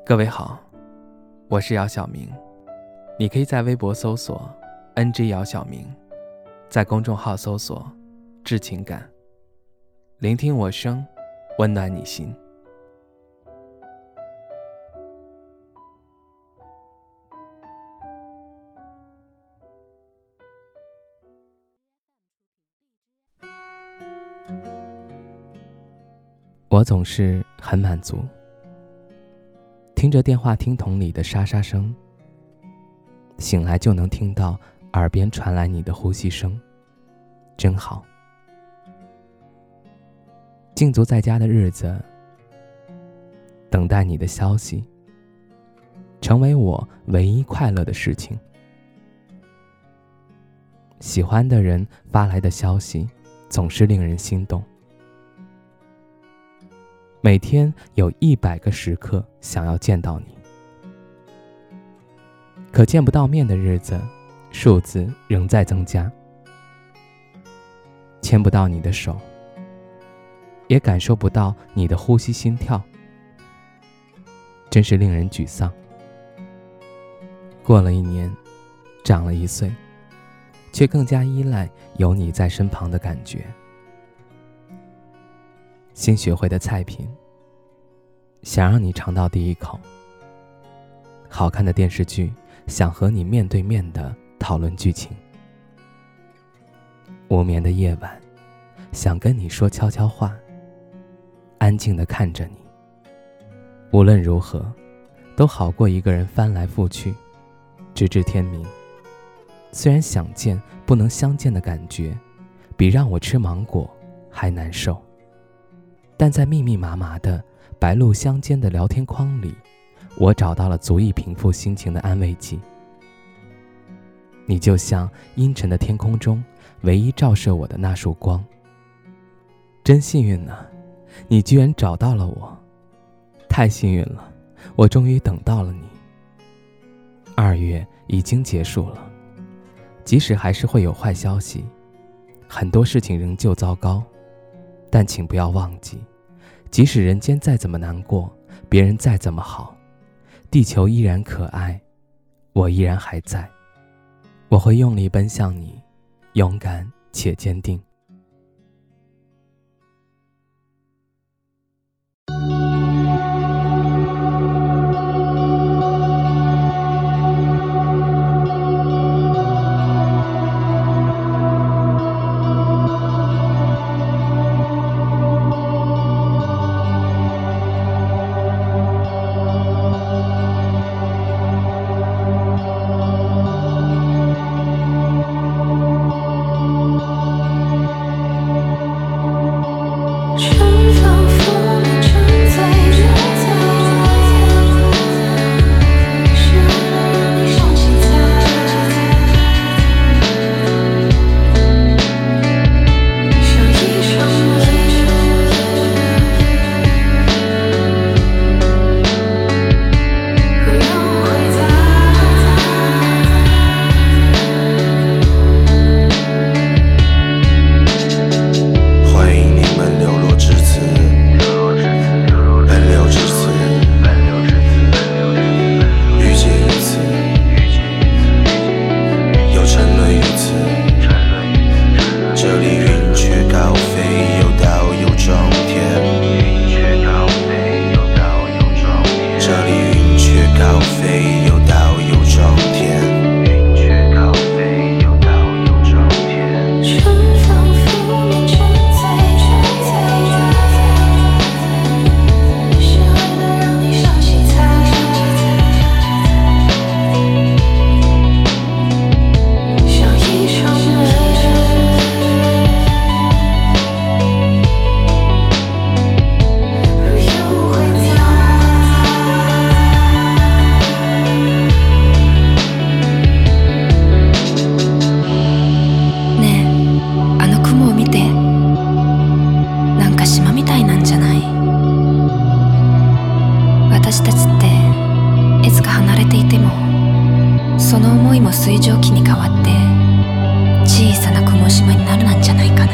各位好，我是姚晓明，你可以在微博搜索 NG 姚晓明，在公众号搜索致情感，聆听我声，温暖你心。我总是很满足，听着电话听筒里的沙沙声，醒来就能听到耳边传来你的呼吸声，真好。静足在家的日子，等待你的消息，成为我唯一快乐的事情。喜欢的人发来的消息，总是令人心动。每天有100个时刻想要见到你，可见不到面的日子，数字仍在增加。牵不到你的手，也感受不到你的呼吸心跳，真是令人沮丧。过了1年，长了1岁，却更加依赖有你在身旁的感觉。新学会的菜品，想让你尝到第一口；好看的电视剧，想和你面对面的讨论剧情；无眠的夜晚，想跟你说悄悄话，安静地看着你。无论如何，都好过一个人翻来覆去，直至天明。虽然想见不能相见的感觉，比让我吃芒果还难受，但在密密麻麻的白鹭相间的聊天框里，我找到了足以平复心情的安慰剂。你就像阴沉的天空中唯一照射我的那束光。真幸运啊，你居然找到了我，太幸运了，我终于等到了你。2月已经结束了，即使还是会有坏消息，很多事情仍旧糟糕，但请不要忘记，即使人间再怎么难过，别人再怎么好，地球依然可爱，我依然还在。我会用力奔向你，勇敢且坚定。 その思いも水蒸気に変わって小さな雲島になるなんじゃないかな。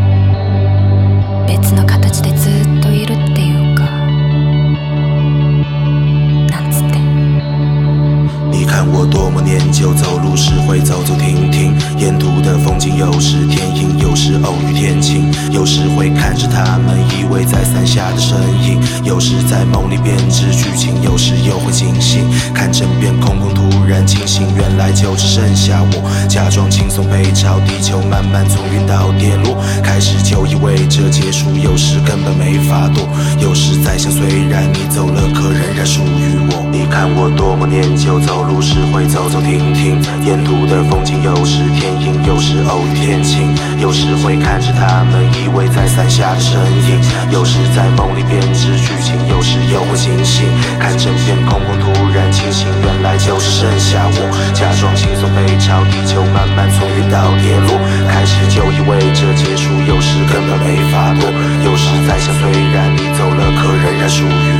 別の形でずっといるっていうか、 依偎在伞下的身影，有时在梦里编织剧情，有时又会惊醒。看枕边空空，突然清醒，原来就只剩下我。假装轻松背朝地球，慢慢从云岛跌落。开始就以为这结束，有时根本没法躲。有时在想，虽然你走了，可仍然属于我。你看我多么念旧，走路时会走走停停，沿途的风景有时天阴，有时偶遇天晴。有时会看着他们依偎在伞下的身影，有时在梦里编织剧情，有时又会惊醒。看枕边空空，突然清醒，原来就只剩下我。假装轻松背朝地球，慢慢从云岛跌落。开始就以为这结束，有时根本没法躲。有时在想，虽然你走了，可仍然属于